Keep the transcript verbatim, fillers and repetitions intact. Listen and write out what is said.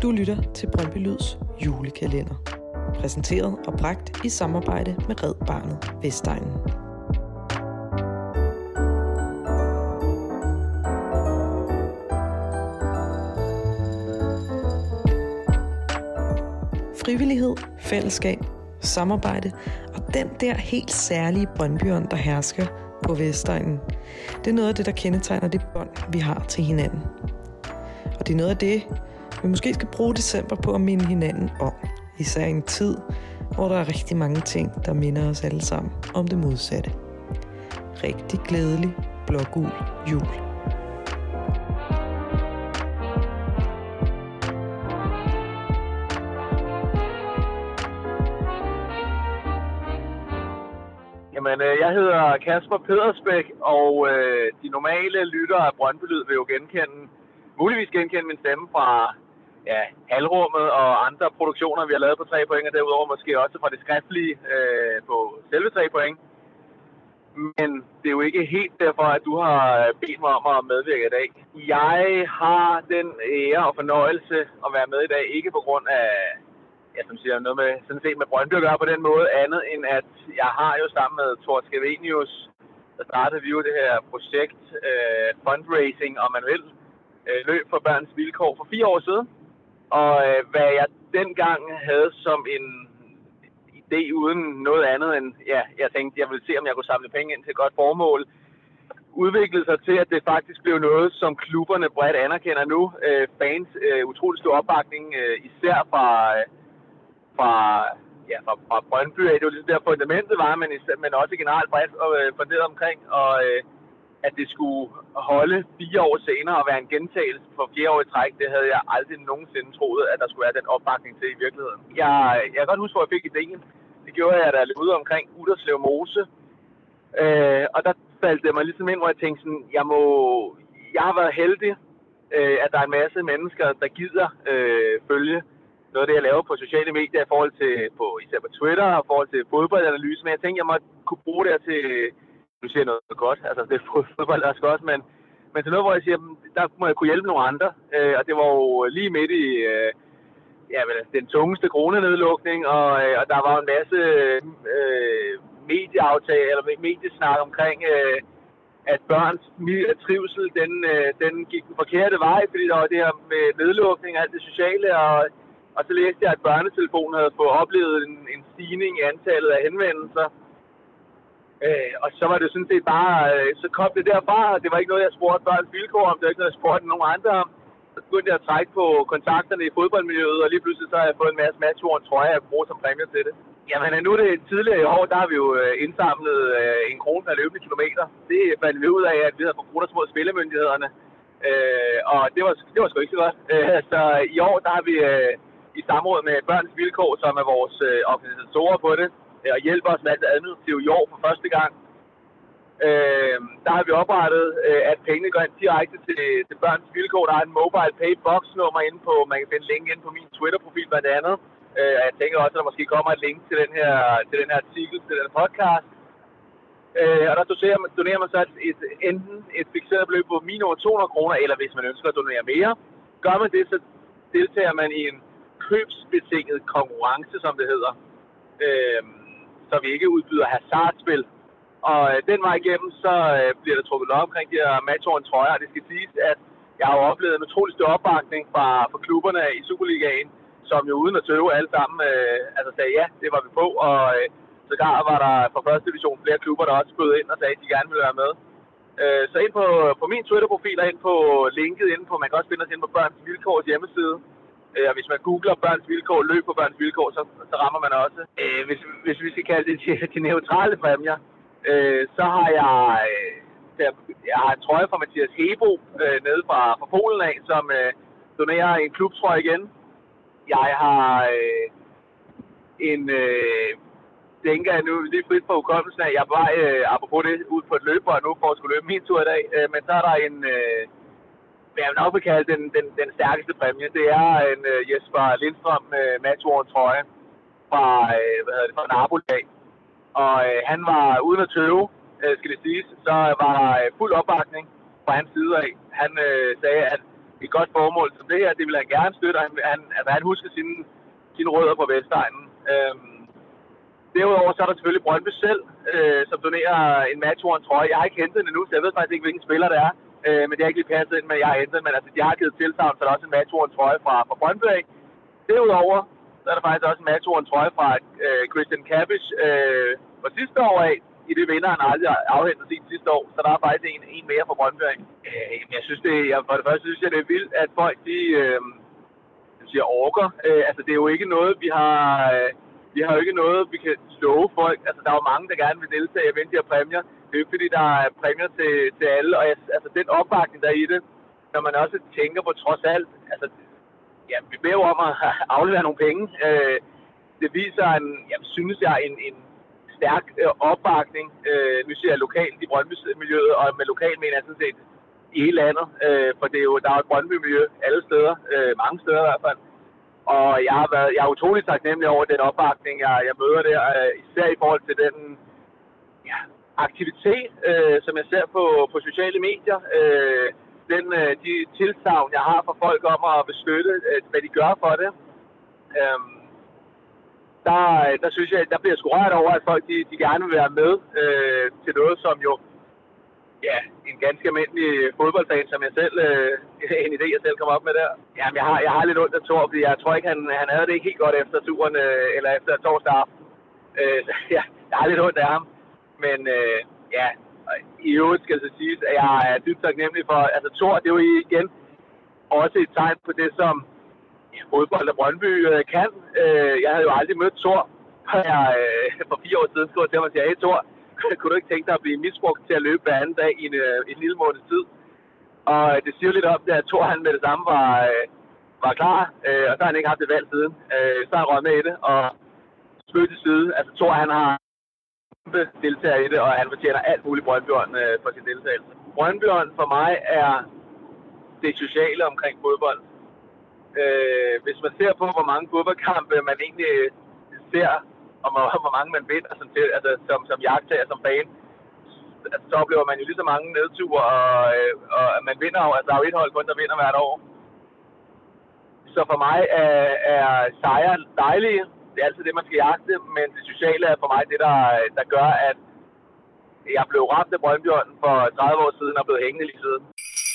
Du lytter til Brøndby Lyds julekalender. Præsenteret og bragt i samarbejde med Red Barnet Vestegnen. Frivillighed, fællesskab, samarbejde og den der helt særlige Brøndbyånd, der hersker på Vestegnen. Det er noget af det, der kendetegner det bånd, vi har til hinanden. Og det er noget af det, vi måske skal bruge december på at minde hinanden om. Især i en tid, hvor der er rigtig mange ting, der minder os alle sammen om det modsatte. Rigtig glædelig blågul jul. Jamen, jeg hedder Kasper Pedersbæk, og øh, de normale lyttere af Brøndby Lyd vil jo genkende, muligvis genkende min stemme fra ja, Halvrummet og andre produktioner, vi har lavet på tre point, og derudover måske også fra det skriftlige øh, på selve tre point. Men det er jo ikke helt derfor, at du har bedt mig om at medvirke i dag. Jeg har den ære og fornøjelse at være med i dag, ikke på grund af, ja, som siger, noget med, sådan set med Brøndby at gøre på den måde, andet end at jeg har jo sammen med Thor Skavenius, der startede vi jo det her projekt, øh, fundraising, om man vil, øh, løb for børns vilkår for fire år siden. Og øh, hvad jeg dengang havde som en idé uden noget andet end, ja, jeg tænkte, jeg ville se, om jeg kunne samle penge ind til et godt formål, udviklede sig til, at det faktisk blev noget, som klubberne bredt anerkender nu. Øh, fans, øh, utrolig stor opbakning, øh, især fra, øh, fra, ja, fra, fra Brøndby. Det var ligesom der fundamentet var, men, især, men også generelt bredt øh, funderet omkring, og øh, at det skulle holde fire år senere og være en gentagelse for fjerde år i træk, det havde jeg aldrig nogensinde troet, at der skulle være den opbakning til i virkeligheden. Jeg, jeg kan godt huske, hvor jeg fik idéen. Det gjorde jeg, da jeg løb ud omkring Utterslev Mose. Øh, og der faldt det mig ligesom ind, hvor jeg tænkte sådan, jeg må, jeg har været heldig, øh, at der er en masse mennesker, der gider øh, følge noget af det, jeg laver på sociale medier i forhold til, på, især på Twitter og i forhold til fodboldanalyse. Men jeg tænkte, jeg måtte kunne bruge det til, du siger noget godt, altså det er fodbold også godt, men, men til noget, hvor jeg siger, der må jeg kunne hjælpe nogle andre. Øh, og det var jo lige midt i øh, ja, den tungeste coronanedlukning, og, øh, og der var en masse øh, medieaftale, eller mediesnak omkring, øh, at børns trivsel, den, øh, den gik den forkerte vej, fordi der var det her med nedlukning og alt det sociale, og, og så læste jeg, at børnetelefonen havde fået oplevet en, en stigning i antallet af henvendelser. Øh, og så var det sådan set bare, øh, så kom det derfra, det var ikke noget, jeg spurgte børns vilkår om, det var ikke noget, jeg spurgte nogen andre om. Så begyndte jeg at trække på kontakterne i fodboldmiljøet, og lige pludselig så har jeg fået en masse matchworn trøjer, jeg bruger som præmie til det. Jamen nu er det tidligere i år, der har vi jo indsamlet øh, en krone per løbende kilometer. Det fandt vi ud af, at vi havde fået kroner mod spillemyndighederne, øh, og det var, det var sgu ikke så godt. Øh, så i år, der har vi øh, i samråd med Børns Vilkår, som er vores øh, organisatorer på det, og hjælper os med alt administrativt i år for første gang. Øh, der har vi oprettet, øh, at pengene går ind direkte til, til Børns Vilkår. Der er en mobile pay box nummer inde på, man kan finde link inde på min Twitter-profil blandt andet. Øh, jeg tænker også, at der måske kommer et link til den her, til den her artikel, til den podcast. Øh, og der donerer man, donerer man så et, et, enten et fikseret beløb på minimum to hundrede kroner, eller hvis man ønsker at donere mere. Gør man det, så deltager man i en købsbetinget konkurrence, som det hedder. Øh, så vi ikke udbyder hasardspil. Og øh, den vej igennem, så øh, bliver der trukket op omkring de her matchworn trøjer. Og det skal siges, at jeg har jo oplevet en utrolig stor opbakning fra, fra klubberne i Superligaen, som jo uden at tøve alle sammen øh, altså sagde ja, det var vi på. Og øh, sågar var der fra første division flere klubber, der også bød ind og sagde, at de gerne ville være med. Øh, så ind på, på min Twitter-profil og ind på linket inde på, man kan også finde os ind på Børns Vilkårs hjemmeside. Og hvis man googler Børns Vilkår, løb på Børns Vilkår, så, så rammer man også. Øh, hvis, hvis vi skal kalde det til, til neutrale præmier, øh, så har jeg, øh, jeg har en trøje fra Mathias Hebo øh, nede fra, fra Polen af, som øh, donerer en klubtrøje igen. Jeg har øh, en, øh, tænker jeg nu lige frit på hukommelsen af, jeg er bare, øh, apropos det, ud på et løbebånd nu for at skulle løbe min tur i dag, øh, men så er der en... Øh, jeg vil nok vil kalde den, den, den stærkeste præmie. Det er en uh, Jesper Lindstrøm uh, matchworn trøje fra, uh, hvad hedder det, fra Napoli. Og uh, han var uden at tøve, uh, skal det siges, så var der uh, fuld opbakning fra hans side af. Han uh, sagde, at et godt formål som det her, det vil han gerne støtte, han, han, altså han husker sine, sine rødder på Vestegnen. Øhm, derudover så er der selvfølgelig Brøndby selv, øh, som donerer en matchworn trøje. Jeg har ikke hentet den endnu, så jeg ved faktisk ikke, hvilken spiller det er, øh, men det har ikke lige passet ind, men jeg har hentet den, men altså de har givet tilsagn, så der er også en matchworn trøje fra, fra Brøndby. Derudover så er der faktisk også en matchworn trøje fra øh, Christian Kabisch øh, fra sidste år af, i det vinderen aldrig afhentet sin sidste år, så der er faktisk en, en mere fra Brøndby. Øh, jeg synes det, jeg, for det første synes jeg, det er vildt, at folk de, øh, de siger orker. Øh, altså det er jo ikke noget, vi har, øh, vi har jo ikke noget, vi kan slå folk. Altså der er jo mange, der gerne vil deltage og vinde de her præmier. Det er jo ikke fordi, der er præmier til, til alle, og jeg, altså den opbakning, der er i det, når man også tænker på trods alt, altså ja, vi beder jo om at aflevere nogle penge. Øh, det viser en, jeg synes jeg, en, en stærk øh, opbakning. Øh, nu siger jeg lokalt i Brøndby-miljøet, og med lokalt mener jeg sådan set i hele landet. Øh, for det er jo, der er jo et Brøndby-miljø alle steder, øh, mange steder i hvert fald. Og jeg har været, jeg er utroligt taknemmelig over den opbakning, jeg, jeg møder der, øh, især i forhold til den ja, aktivitet, øh, som jeg ser på, på sociale medier. Øh, Den, de tilsagn, jeg har for folk om at beskytte, hvad de gør for det, øhm, der, der synes jeg, der bliver jeg sgu rørt over, at folk de, de gerne vil være med øh, til noget, som jo, ja, en ganske almindelig fodboldfan, som jeg selv, øh, en idé, jeg selv kom op med der. Jamen, jeg har, jeg har lidt ondt af Thor, fordi jeg tror ikke, han, han havde det ikke helt godt efter turen, øh, eller efter torsdag aften. Øh, så ja, jeg har lidt ondt af ham, men øh, ja, i øvrigt skal det siges, at jeg er dybt taknemmelig for, altså Thor, det er jo igen også et tegn på det, som ja, fodbold og Brøndby øh, kan. Øh, jeg havde jo aldrig mødt Thor, og jeg øh, for fire år siden skrev til mig og sagde, hey Thor, kunne du ikke tænke dig at blive misbrugt til at løbe hver anden dag i en, øh, en lille måneds tid? Og det siger lidt om det, at Thor han med det samme var, øh, var klar, øh, og så har han ikke haft et valg siden. Øh, så har han røget med i det, og spøgt til side. Altså Thor, han har deltager i det, og han fortjener alt muligt Brøndbyånd øh, for sin deltagelse. Brøndbyånd for mig er det sociale omkring fodbold. Øh, hvis man ser på, hvor mange fodboldkampe man egentlig ser, og hvor mange man vinder som, altså, som, som jagttager, som fan, altså, så oplever man jo lige så mange nedture, og, øh, og man vinder jo, altså der er jo et hold kun, der vinder hvert år. Så for mig er, er sejre dejlige. Det er altid det, man skal jagte, men det sociale er for mig det, der, der gør, at jeg blev ramt af Brøndbyånden for tredive år siden og blev hængende lige siden.